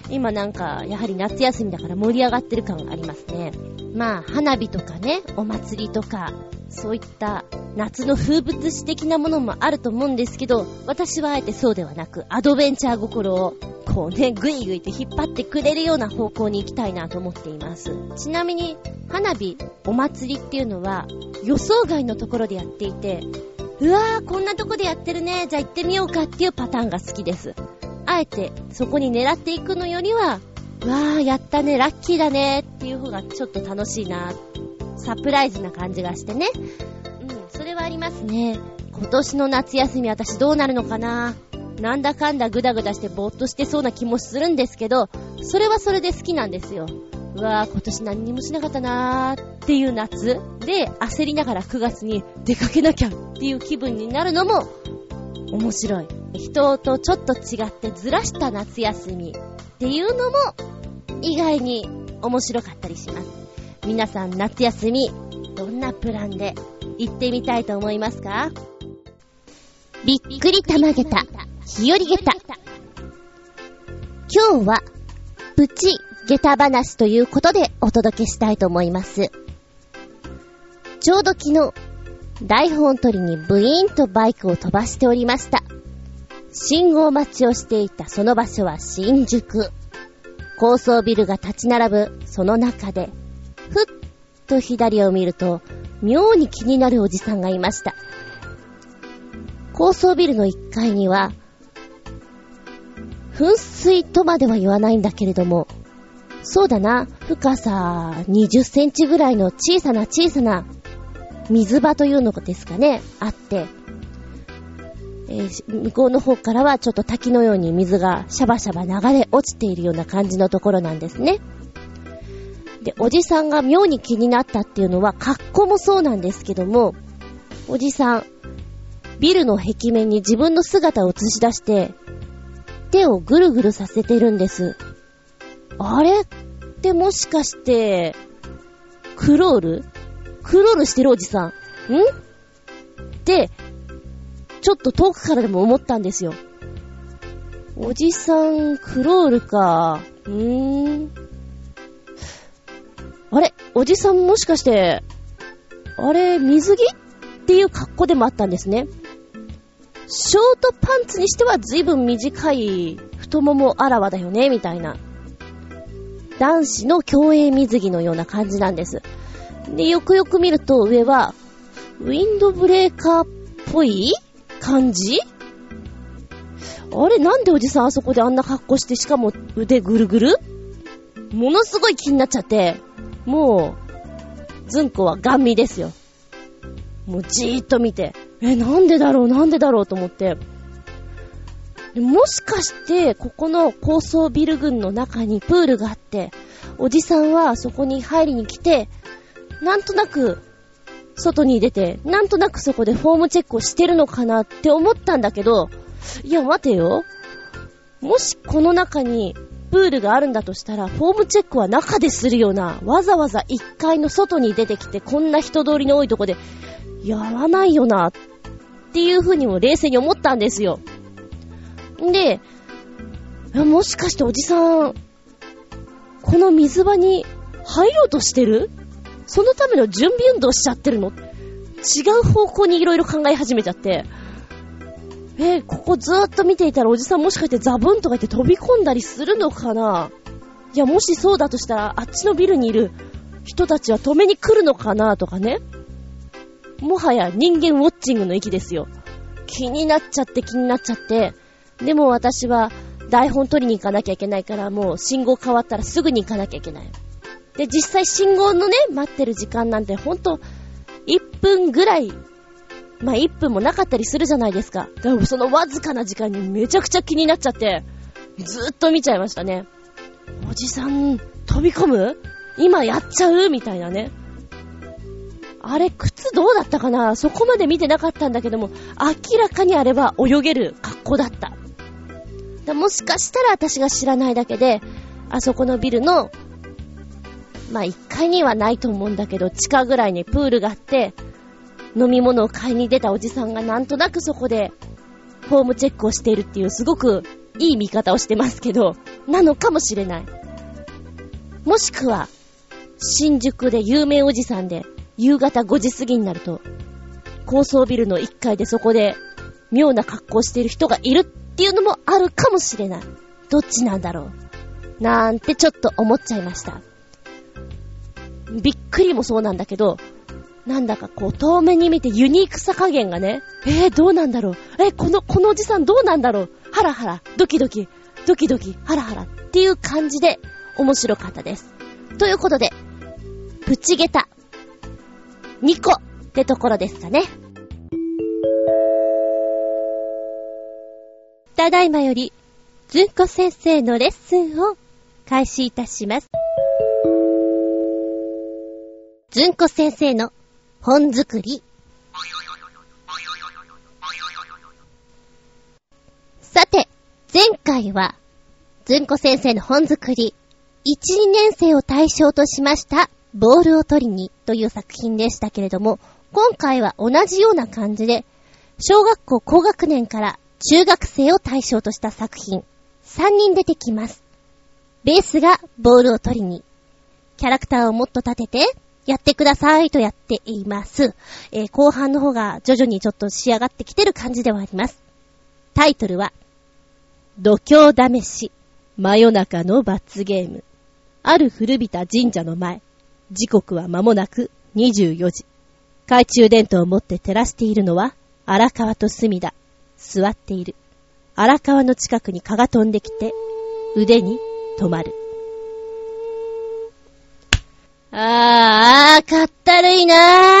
今なんかやはり夏休みだから盛り上がってる感がありますね。まあ花火とかね、お祭りとかそういった夏の風物詩的なものもあると思うんですけど、私はあえてそうではなくアドベンチャー心をこうね、ぐいぐいと引っ張ってくれるような方向に行きたいなと思っています。ちなみに花火、お祭りっていうのは予想外のところでやっていて、うわーこんなとこでやってるね、じゃあ行ってみようかっていうパターンが好きです。あえてそこに狙っていくのよりは、わーやったね、ラッキーだねっていう方がちょっと楽しいな、サプライズな感じがしてね。それはありますね。今年の夏休み私どうなるのかな。なんだかんだグダグダしてぼーっとしてそうな気もするんですけど、それはそれで好きなんですよ。うわー今年何にもしなかったなーっていう夏で、焦りながら9月に出かけなきゃっていう気分になるのも面白い。人とちょっと違ってずらした夏休みっていうのも意外に面白かったりします。皆さん夏休みどんなプランで行ってみたいと思いますか？びっくりたまげた日和げた。今日はプチ下駄話ということでお届けしたいと思います。ちょうど昨日台本取りにブイーンとバイクを飛ばしておりました。信号待ちをしていたその場所は新宿。高層ビルが立ち並ぶその中で、ふっと左を見ると妙に気になるおじさんがいました。高層ビルの1階には噴水とまでは言わないんだけれども、そうだな、深さ20センチぐらいの小さな水場というのですかね、あって、向こうの方からはちょっと滝のように水がシャバシャバ流れ落ちているような感じのところなんですね。で、おじさんが妙に気になったっていうのは格好もそうなんですけども、おじさんビルの壁面に自分の姿を映し出して手をぐるぐるさせてるんです。あれってもしかしてクロールしてるおじさんってちょっと遠くからでも思ったんですよ。おじさんクロールか。あれおじさんもしかしてあれ水着っていう格好でもあったんですね。ショートパンツにしては随分短い太ももあらわだよねみたいな、男子の競泳水着のような感じなんです。で、よくよく見ると上はウィンドブレーカーっぽい感じ？あれなんでおじさんあそこであんな格好して、しかも腕ぐるぐる？ものすごい気になっちゃって、もうずんこはガン見ですよ。もうじーっと見て、なんでだろうと思って、でもしかしてここの高層ビル群の中にプールがあって、おじさんはそこに入りに来て、なんとなく外に出て、なんとなくそこでフォームチェックをしてるのかなって思ったんだけど、いや待てよ、もしこの中にプールがあるんだとしたら、フォームチェックは中でするような、わざわざ1階の外に出てきてこんな人通りの多いとこでやらないよなっていう風にも冷静に思ったんですよ。で、もしかしておじさんこの水場に入ろうとしてる？そのための準備運動しちゃってるの？違う方向にいろいろ考え始めちゃって、ここずーっと見ていたらおじさんもしかしてザブンとか言って飛び込んだりするのかな？いや、もしそうだとしたらあっちのビルにいる人たちは止めに来るのかなとかね。もはや人間ウォッチングの域ですよ。気になっちゃって、でも私は台本取りに行かなきゃいけないから、もう信号変わったらすぐに行かなきゃいけない。で、実際信号のね、待ってる時間なんてほんと1分ぐらい、まあ1分もなかったりするじゃないですか。でもそのわずかな時間にめちゃくちゃ気になっちゃって、ずーっと見ちゃいましたね。おじさん飛び込む？今やっちゃう？みたいなね。あれ靴どうだったかな？そこまで見てなかったんだけども、明らかにあれは泳げる格好だった。もしかしたら私が知らないだけで、あそこのビルのまあ1階にはないと思うんだけど、地下ぐらいにプールがあって、飲み物を買いに出たおじさんがなんとなくそこでフォームチェックをしているっていう、すごくいい見方をしてますけど、なのかもしれない。もしくは、新宿で有名おじさんで、夕方5時過ぎになると、高層ビルの1階でそこで、妙な格好をしている人がいるっていうのもあるかもしれない。どっちなんだろう。なんてちょっと思っちゃいました。びっくりもそうなんだけど、なんだかこう遠目に見てユニークさ加減がね、どうなんだろう。このおじさんどうなんだろう。ハラハラ、ドキドキ、ドキドキ、ハラハラっていう感じで面白かったです。ということで、プチゲタ2個ってところですかね。ただいまより、ずんこ先生のレッスンを開始いたします。ずんこ先生の本作り。さて、前回は、ずんこ先生の本作り、1、2年生を対象としました、ボールを取りにという作品でしたけれども、今回は同じような感じで、小学校高学年から中学生を対象とした作品、3人出てきます。ベースがボールを取りに、キャラクターをもっと立てて、やってくださいとやっています。後半の方が徐々にちょっと仕上がってきてる感じではあります。タイトルは、度胸試し、真夜中の罰ゲーム。ある古びた神社の前。時刻は間もなく24時。懐中電灯を持って照らしているのは、荒川と隅田。座っている。荒川の近くに蚊が飛んできて、腕に止まる。かったるいな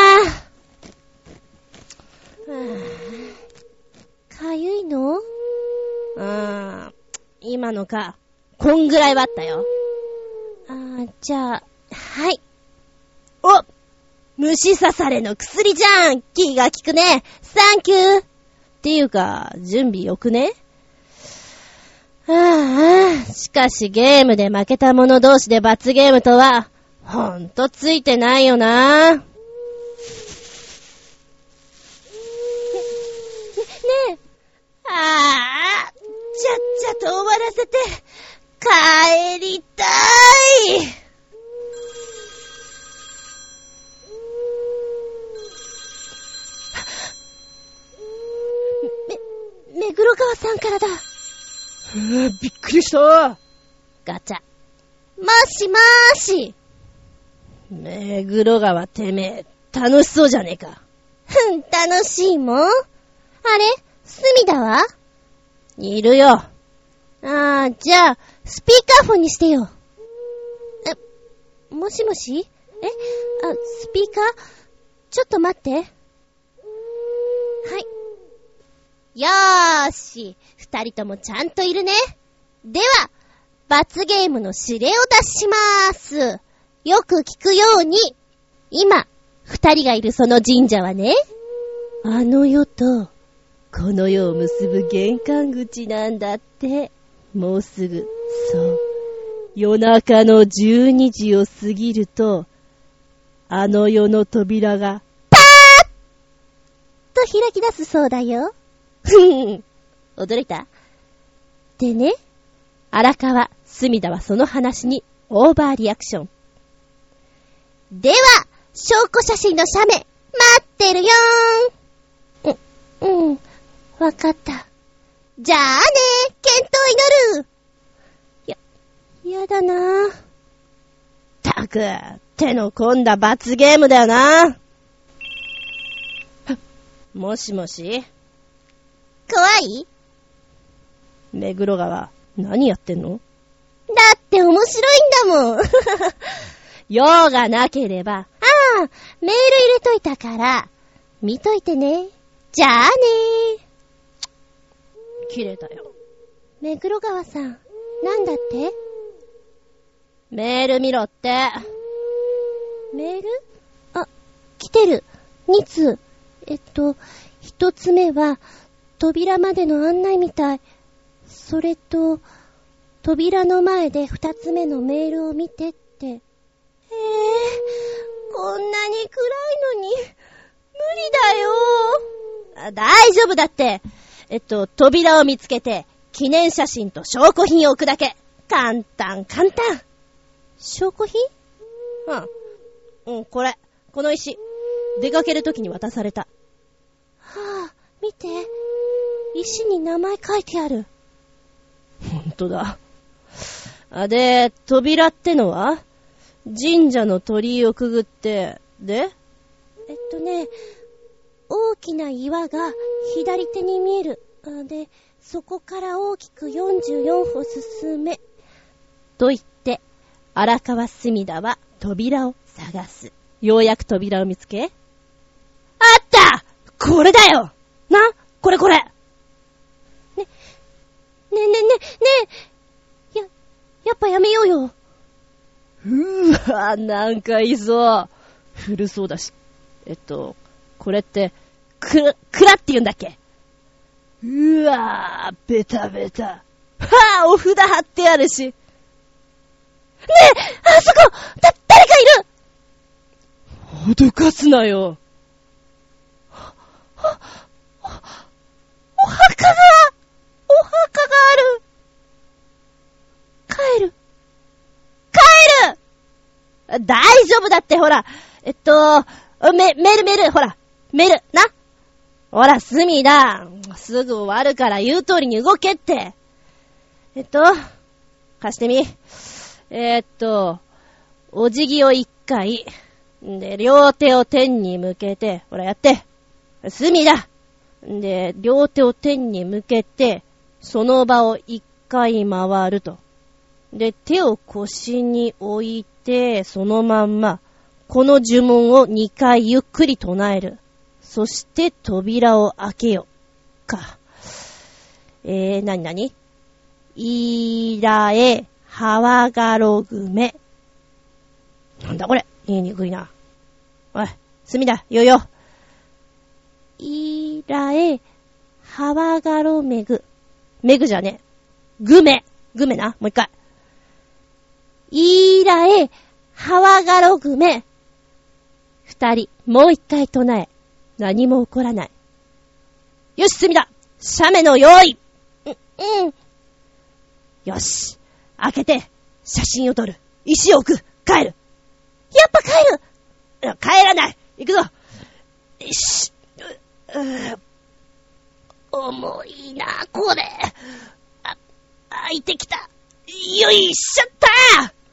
かゆいの？今のか。こんぐらいはあったよ。じゃあ、はい。お！虫刺されの薬じゃん！気が利くね！サンキュー！っていうか、準備よくね？しかしゲームで負けた者同士で罰ゲームとは、ほんとついてないよな。ねえ。ちゃっちゃと終わらせて、帰りたい。目黒川さんからだ。 びっくりした。 ガチャ。もしもーし。 目黒川てめえ、楽しそうじゃねえか。 楽しいもん。あれ？隅田はいるよ。 じゃあ、スピーカーフォンにしてよ。もしもし？スピーカー？ちょっと待って。はい。よーし。二人ともちゃんといるね。では、罰ゲームの指令を出しまーす。よく聞くように、今、二人がいるその神社はね、あの世と、この世を結ぶ玄関口なんだって。もうすぐ、そう、夜中の12時を過ぎると、あの世の扉が、パーッと開き出すそうだよ。驚いた？でね、荒川、隅田はその話にオーバーリアクション。では、証拠写真の写メ、待ってるよーん。わかった。じゃあね、健闘祈る。やだなぁ。 たく、手の込んだ罰ゲームだよな。もしもし？ 怖い？ 目黒川、何やってんの？ だって面白いんだもん。 用がなければ。 メール入れといたから、見といてね。じゃあねー。切れたよ。 目黒川さん、なんだって？ メール見ろって。 メール？来てる。2通。1つ目は、扉までの案内みたい。それと、扉の前で2つ目のメールを見てって。こんなに暗いのに、無理だよ。 大丈夫だって。扉を見つけて、 記念写真と証拠品を置くだけ。簡単。 証拠品？ この石、出かけるときに渡された。 はあ、見て。石に名前書いてある。 ほんとだ。で、扉ってのは神社の鳥居をくぐって、で大きな岩が左手に見える。で、そこから大きく44歩進め。 と言って、荒川隅田は扉を探す。ようやく扉を見つけ、あった！これだよ！これ。 ねえ。やっぱやめようよ。 なんかいそう。古そうだし。これって、蔵って言うんだっけ？ベタ。お札貼ってあるし。ねえ、あそこ！誰かいる！ 脅かすなよ。 お墓がある。帰る。 大丈夫だって、ほら。メール、ほら。メール、な。ほら、隅田。すぐ終わるから言う通りに動けって。貸してみ。お辞儀を一回。で、両手を天に向けて、ほらやって。隅田。で、両手を天に向けて、その場を一回回ると。で、手を腰に置いて、そのまんま、この呪文を2回ゆっくり唱える。そして扉を開けよ。か。なにいらえ、はわがろぐめ。なんだこれ、言いにくいな。おい、隅田、よ。いらえ、はわがろめぐ。めぐじゃねえ。ぐめな。もう一回。いらえ、はわがろぐめ。二人、もう一回唱え。何も起こらない。よし、隅田。写メの用意。よし。開けて、写真を撮る。石を置く。帰る。 やっぱ帰る。 帰らない。行くぞ。よし。重いな、これ。開いてきた。よいしょったー。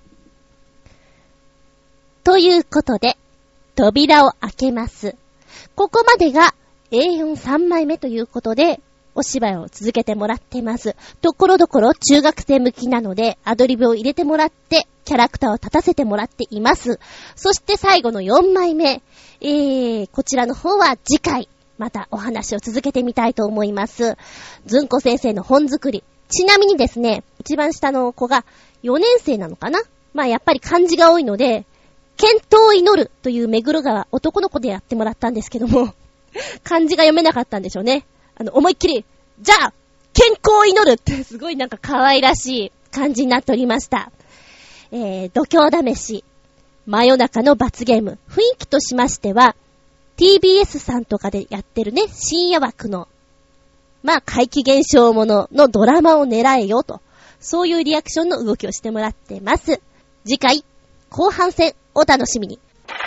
ということで、扉を開けます。ここまでが A43 枚目ということで、お芝居を続けてもらってます。ところどころ中学生向きなので、アドリブを入れてもらって、キャラクターを立たせてもらっています。そして最後の4枚目、こちらの方は次回、またお話を続けてみたいと思います。ずんこ先生の本作り。ちなみにですね、一番下の子が4年生なのかな？まあやっぱり漢字が多いので、健闘を祈るという目黒川男の子でやってもらったんですけども、漢字が読めなかったんでしょうね。思いっきり、じゃあ、健康を祈るってすごいなんか可愛らしい感じになっておりました。度胸試し、真夜中の罰ゲーム。雰囲気としましては、TBS さんとかでやってるね、深夜枠の、まあ怪奇現象もののドラマを狙えよと、そういうリアクションの動きをしてもらってます。次回、後半戦、お楽しみに。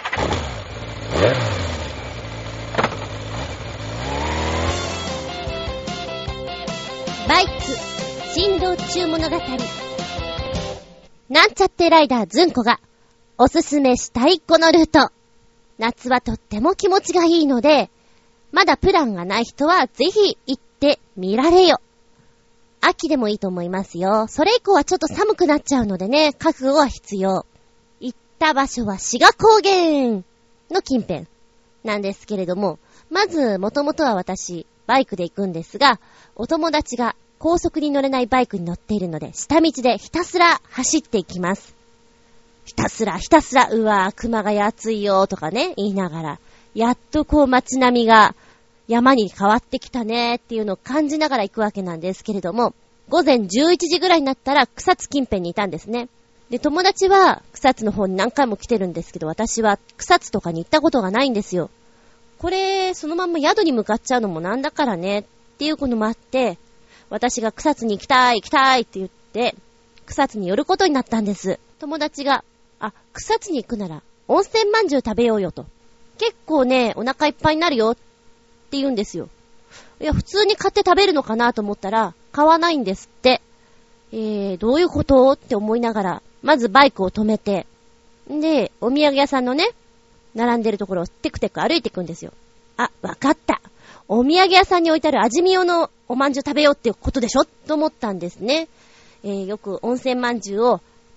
バイク、振動中物語。なんちゃってライダーずんこが、おすすめしたいこのルート。夏はとっても気持ちがいいので、まだプランがない人はぜひ行ってみられよ。秋でもいいと思いますよ。それ以降はちょっと寒くなっちゃうのでね、覚悟は必要。行った場所は志賀高原の近辺なんですけれども、まず元々は私バイクで行くんですが、お友達が高速に乗れないバイクに乗っているので、下道でひたすら走っていきます。ひたすら、うわー、熊谷暑いよとかね、言いながら、やっとこう街並みが山に変わってきたねっていうのを感じながら行くわけなんですけれども、午前11時ぐらいになったら草津近辺にいたんですね。で、友達は草津の方に何回も来てるんですけど、私は草津とかに行ったことがないんですよ。これ、そのまんま宿に向かっちゃうのもなんだからねっていうこともあって、 私が草津に行きたいって言って、草津に寄ることになったんです。友達が、草津に行くなら温泉まんじゅう食べようよと。結構ね、お腹いっぱいになるよって言うんですよ。いや、普通に買って食べるのかなと思ったら、買わないんですって。どういうことって思いながら、まずバイクを止めて、で、お土産屋さんのね、並んでるところをテクテク歩いていくんですよ。わかった。お土産屋さんに置いてある味見用のおまんじゅう食べようってことでしょと思ったんですね。よく温泉まんじゅうを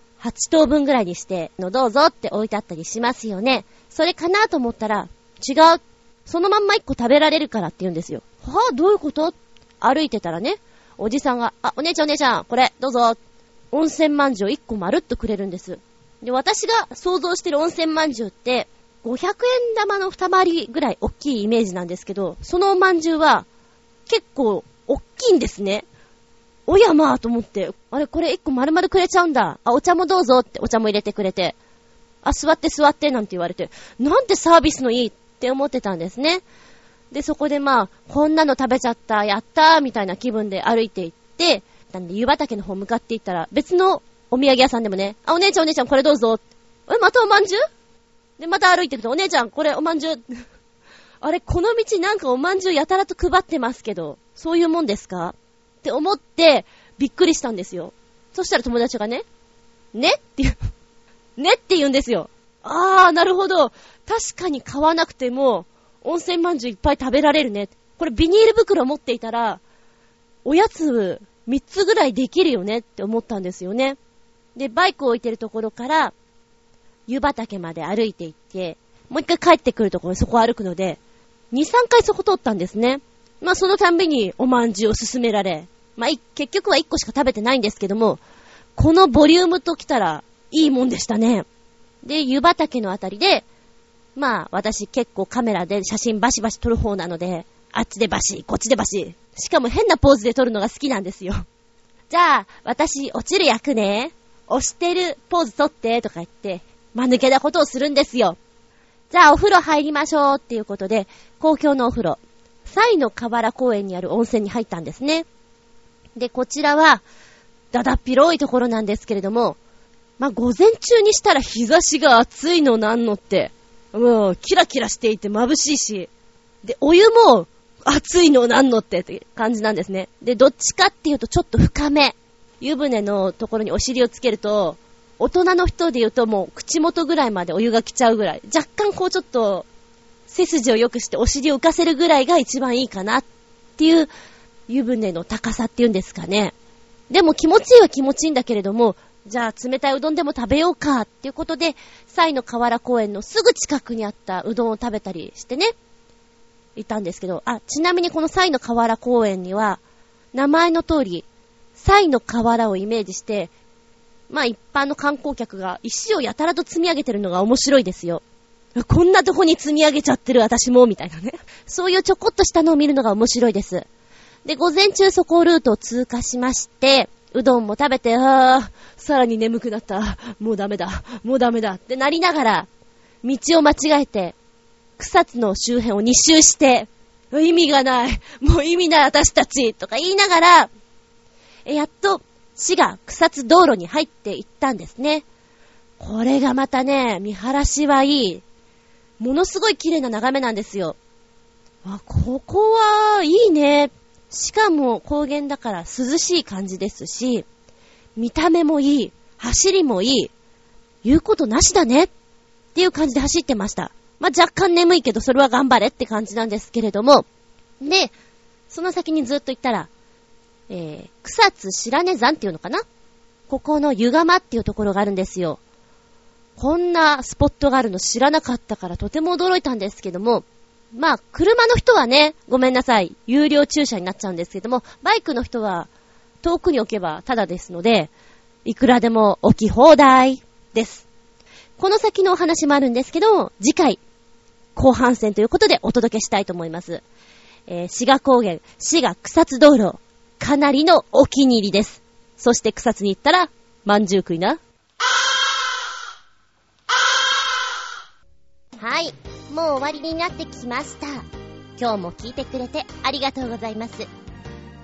8等分ぐらいにしてどうぞって置いてあったりしますよね。それかなと思ったら、違う。そのまんま1個食べられるからって言うんですよ。どういうこと？歩いてたらね、おじさんが、お姉ちゃん、これ、どうぞ。温泉まんじゅう1個まるっとくれるんです。で、私が想像してる温泉まんじゅうって、500円玉の2回りぐらい大きいイメージなんですけど、そのおまんじゅうは結構大きいんですね。おやまーと思って、これ1個丸々くれちゃうんだ。お茶もどうぞってお茶も入れてくれて、座ってなんて言われて、なんてサービスのいいって思ってたんですね。で、そこでこんなの食べちゃった、やったーみたいな気分で歩いていって、なんで湯畑の方向かっていったら、別のお土産屋さんでもね、お姉ちゃんこれどうぞ。またおまんじゅう？で、また歩いてると、お姉ちゃんこれおまんじゅう。この道なんかおまんじゅうやたらと配ってますけど、そういうもんですか？って思って、びっくりしたんですよ。そしたら友達がねって言うんですよ。なるほど。確かに買わなくても、温泉まんじゅういっぱい食べられるね。これビニール袋持っていたら、おやつ3つぐらいできるよねって思ったんですよね。で、バイクを置いてるところから、湯畑まで歩いて行って、もう一回帰ってくるところにそこを歩くので、2、3回そこ通ったんですね。そのたんびにおまんじゅうを勧められ、結局は1個しか食べてないんですけども、このボリュームときたらいいもんでしたね。で、湯畑のあたりで、私結構カメラで写真バシバシ撮る方なので、あっちでバシ、こっちでバシ。しかも変なポーズで撮るのが好きなんですよ。じゃあ、私落ちる役ね。押してるポーズ撮ってとか言って、抜けたことをするんですよ。じゃあお風呂入りましょうっていうことで、公共のお風呂、西の河原公園にある温泉に入ったんですね。で、こちらは、だだっ広いところなんですけれども、午前中にしたら日差しが暑いのなんのって、もうキラキラしていて眩しいし、で、お湯も暑いのなんのって感じなんですね。で、どっちかっていうとちょっと深め。湯船のところにお尻をつけると、大人の人で言うともう口元ぐらいまでお湯が来ちゃうぐらい。若干ちょっと、背筋を良くしてお尻を浮かせるぐらいが一番いいかなっていう湯船の高さっていうんですかね。でも気持ちいいは気持ちいいんだけれども、じゃあ冷たいうどんでも食べようかっていうことで、西の河原公園のすぐ近くにあったうどんを食べたりしてね、いたんですけど、ちなみにこの西の河原公園には、名前の通り、西の河原をイメージして、一般の観光客が石をやたらと積み上げてるのが面白いですよ。こんなとこに積み上げちゃってる私も、みたいなね。そういうちょこっとしたのを見るのが面白いです。で、午前中そこをルートを通過しまして、うどんも食べて、さらに眠くなった。もうダメだってなりながら、道を間違えて、草津の周辺を2周して、意味がない。もう意味ない私たちとか言いながら、やっと市が草津道路に入っていったんですね。これがまたね、見晴らしはいい。ものすごい綺麗な眺めなんですよ。ここはいいね。しかも高原だから涼しい感じですし、見た目もいい、走りもいい、言うことなしだねっていう感じで走ってました。若干眠いけどそれは頑張れって感じなんですけれども、で、その先にずっと行ったら、草津白根山っていうのかな、ここの湯釜っていうところがあるんですよ。こんなスポットがあるの知らなかったからとても驚いたんですけども、車の人はね、ごめんなさい、有料駐車になっちゃうんですけども、バイクの人は遠くに置けばタダですので、いくらでも置き放題です。この先のお話もあるんですけど、次回後半戦ということでお届けしたいと思います。志賀高原、志賀草津道路、かなりのお気に入りです。そして草津に行ったらまんじゅう食いな。はい、もう終わりになってきました。今日も聞いてくれてありがとうございます。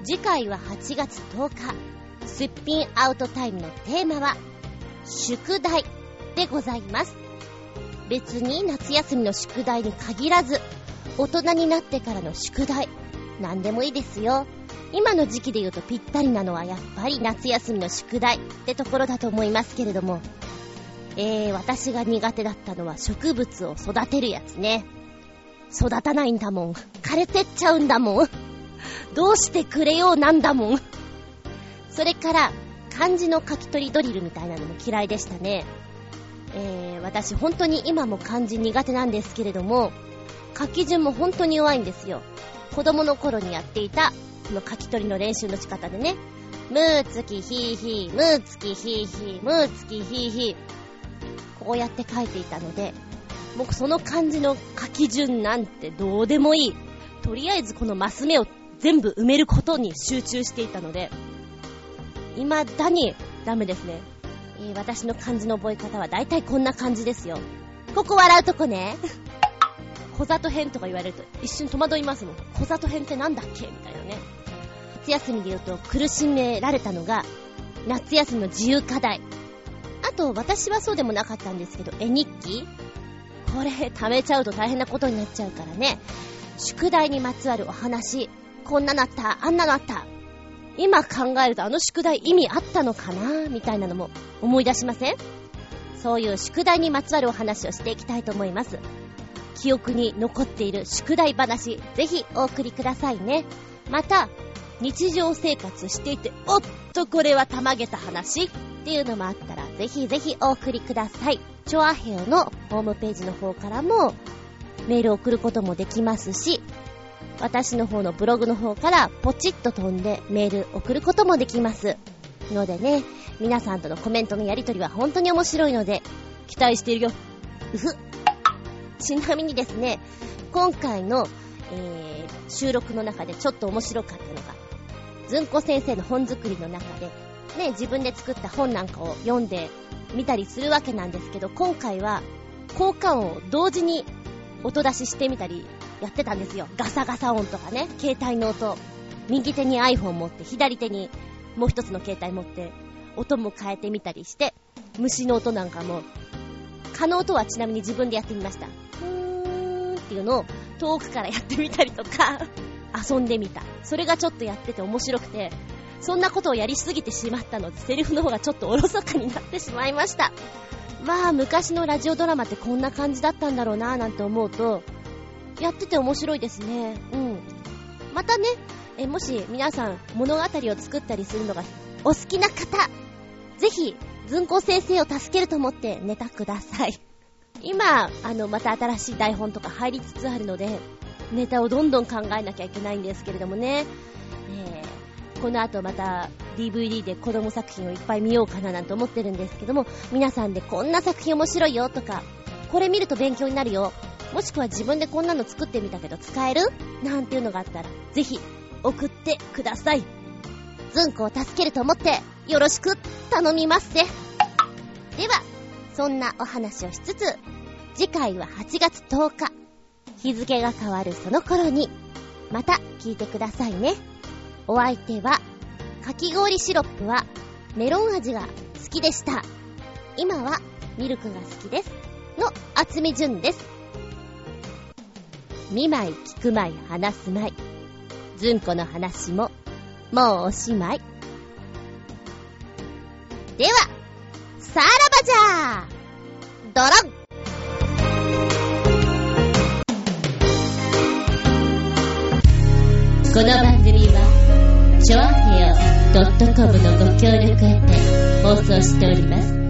次回は8月10日、すっぴんアウトタイムのテーマは宿題でございます。別に夏休みの宿題に限らず、大人になってからの宿題、何でもいいですよ。今の時期で言うとぴったりなのはやっぱり夏休みの宿題ってところだと思いますけれども、私が苦手だったのは植物を育てるやつね。育たないんだもん。枯れてっちゃうんだもん。どうしてくれようなんだもん。それから漢字の書き取りドリルみたいなのも嫌いでしたね。私本当に今も漢字苦手なんですけれども、書き順も本当に弱いんですよ。子供の頃にやっていたこの書き取りの練習の仕方でね、むーつきひーひー、むーつきひーひー、むーつきひーひー、こうやって書いていたので、僕その漢字の書き順なんてどうでもいい。とりあえずこのマス目を全部埋めることに集中していたので、未だにダメですね。私の漢字の覚え方はだいたいこんな感じですよ。ここ笑うとこね。小里編とか言われると一瞬戸惑いますもん。小里編ってなんだっけみたいなね。夏休みで言うと苦しめられたのが夏休みの自由課題。あと私はそうでもなかったんですけど、絵日記、これ貯めちゃうと大変なことになっちゃうからね。宿題にまつわるお話、こんなのあった、あんなのあった、今考えるとあの宿題意味あったのかなみたいなのも思い出しません？そういう宿題にまつわるお話をしていきたいと思います。記憶に残っている宿題話、ぜひお送りくださいね。また日常生活していて、おっとこれはたまげた話っていうのもあったら、ぜひぜひお送りください。チョアヘオのホームページの方からもメールを送ることもできますし、私の方のブログの方からポチッと飛んでメール送ることもできますのでね、皆さんとのコメントのやり取りは本当に面白いので期待しているよ。うふ。ちなみにですね、今回の、収録の中でちょっと面白かったのが、ずんこ先生の本作りの中でね、自分で作った本なんかを読んでみたりするわけなんですけど、今回は効果音を同時に音出ししてみたりやってたんですよ。ガサガサ音とかね、携帯の音、右手に iPhone 持って左手にもう一つの携帯持って音も変えてみたりして、虫の音なんかも、蚊の音はちなみに自分でやってみました。っていうのを遠くからやってみたりとか遊んでみた。それがちょっとやってて面白くて、そんなことをやりすぎてしまったのでセリフの方がちょっとおろそかになってしまいました。まあ昔のラジオドラマってこんな感じだったんだろうななんて思うと、やってて面白いですね。またね、もし皆さん物語を作ったりするのがお好きな方、ぜひずんこ先生を助けると思ってネタください。今また新しい台本とか入りつつあるので、ネタをどんどん考えなきゃいけないんですけれどもね、この後また DVD で子供作品をいっぱい見ようかななんて思ってるんですけども、皆さんでこんな作品面白いよとか、これ見ると勉強になるよ、もしくは自分でこんなの作ってみたけど使えるなんていうのがあったら、ぜひ送ってください。ずんこを助けると思ってよろしく頼みますね。ではそんなお話をしつつ、次回は8月10日、日付が変わるその頃にまた聞いてくださいね。お相手は、かき氷シロップはメロン味が好きでした、今はミルクが好きですの厚み純です。見舞い聞く舞い話す舞い、ずんこの話ももうおしまい。ではさらばじゃードロン。この番組はチョアヘオ.comのご協力を得て放送しております。